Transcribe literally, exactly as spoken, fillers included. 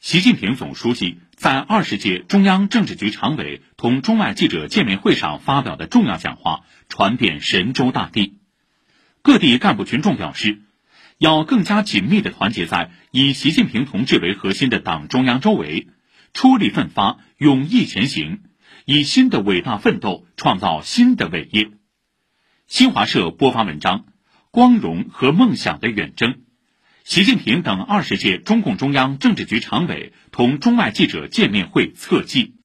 习近平总书记在二十届中央政治局常委同中外记者见面会上发表的重要讲话传遍神州大地。各地干部群众表示，要更加紧密地团结在以习近平同志为核心的党中央周围，出力奋发，勇毅前行，以新的伟大奋斗创造新的伟业。新华社播发文章《光荣和梦想的远征》，习近平等二十届中共中央政治局常委同中外记者见面会侧记。